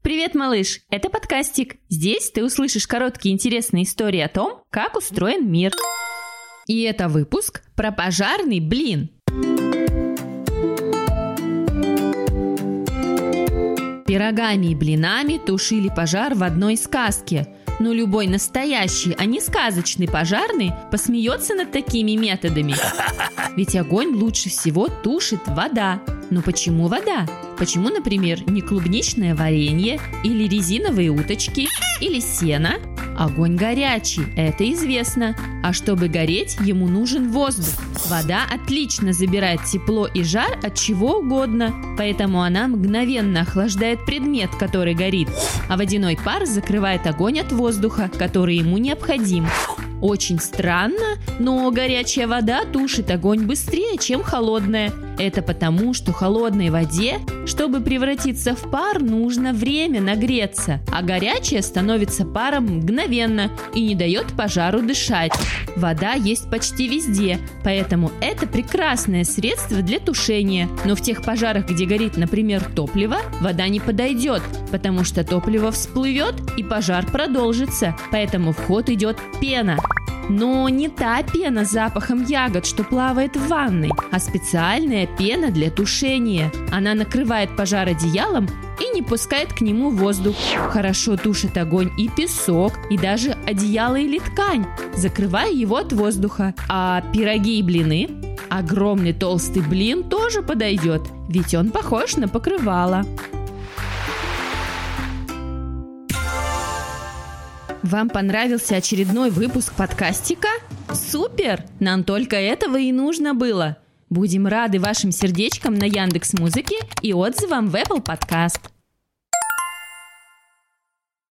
Привет, малыш! Это подкастик. Здесь ты услышишь короткие интересные истории о том, как устроен мир. И это выпуск про пожарный блин. Пирогами и блинами тушили пожар в одной сказке. Но любой настоящий, а не сказочный пожарный посмеется над такими методами. Ведь огонь лучше всего тушит вода. Но почему вода? Почему, например, не клубничное варенье, или резиновые уточки, или сено? Огонь горячий, это известно. А чтобы гореть, ему нужен воздух. Вода отлично забирает тепло и жар от чего угодно, поэтому она мгновенно охлаждает предмет, который горит. А водяной пар закрывает огонь от воздуха, который ему необходим. Очень странно, но горячая вода тушит огонь быстрее, чем холодная. Это потому, что холодной воде, чтобы превратиться в пар, нужно время нагреться, а горячая становится паром мгновенно и не дает пожару дышать. Вода есть почти везде, поэтому это прекрасное средство для тушения. Но в тех пожарах, где горит, например, топливо, вода не подойдет, потому что топливо всплывет и пожар продолжится, поэтому в ход идет пена. Но не та пена с запахом ягод, что плавает в ванной, а специальная пена для тушения. Она накрывает пожар одеялом и не пускает к нему воздух. Хорошо тушит огонь и песок, и даже одеяло или ткань, закрывая его от воздуха. А пироги и блины? Огромный толстый блин тоже подойдет, ведь он похож на покрывало. Вам понравился очередной выпуск подкастика? Супер! Нам только этого и нужно было. Будем рады вашим сердечкам на Яндекс.Музыке и отзывам в Apple Podcast.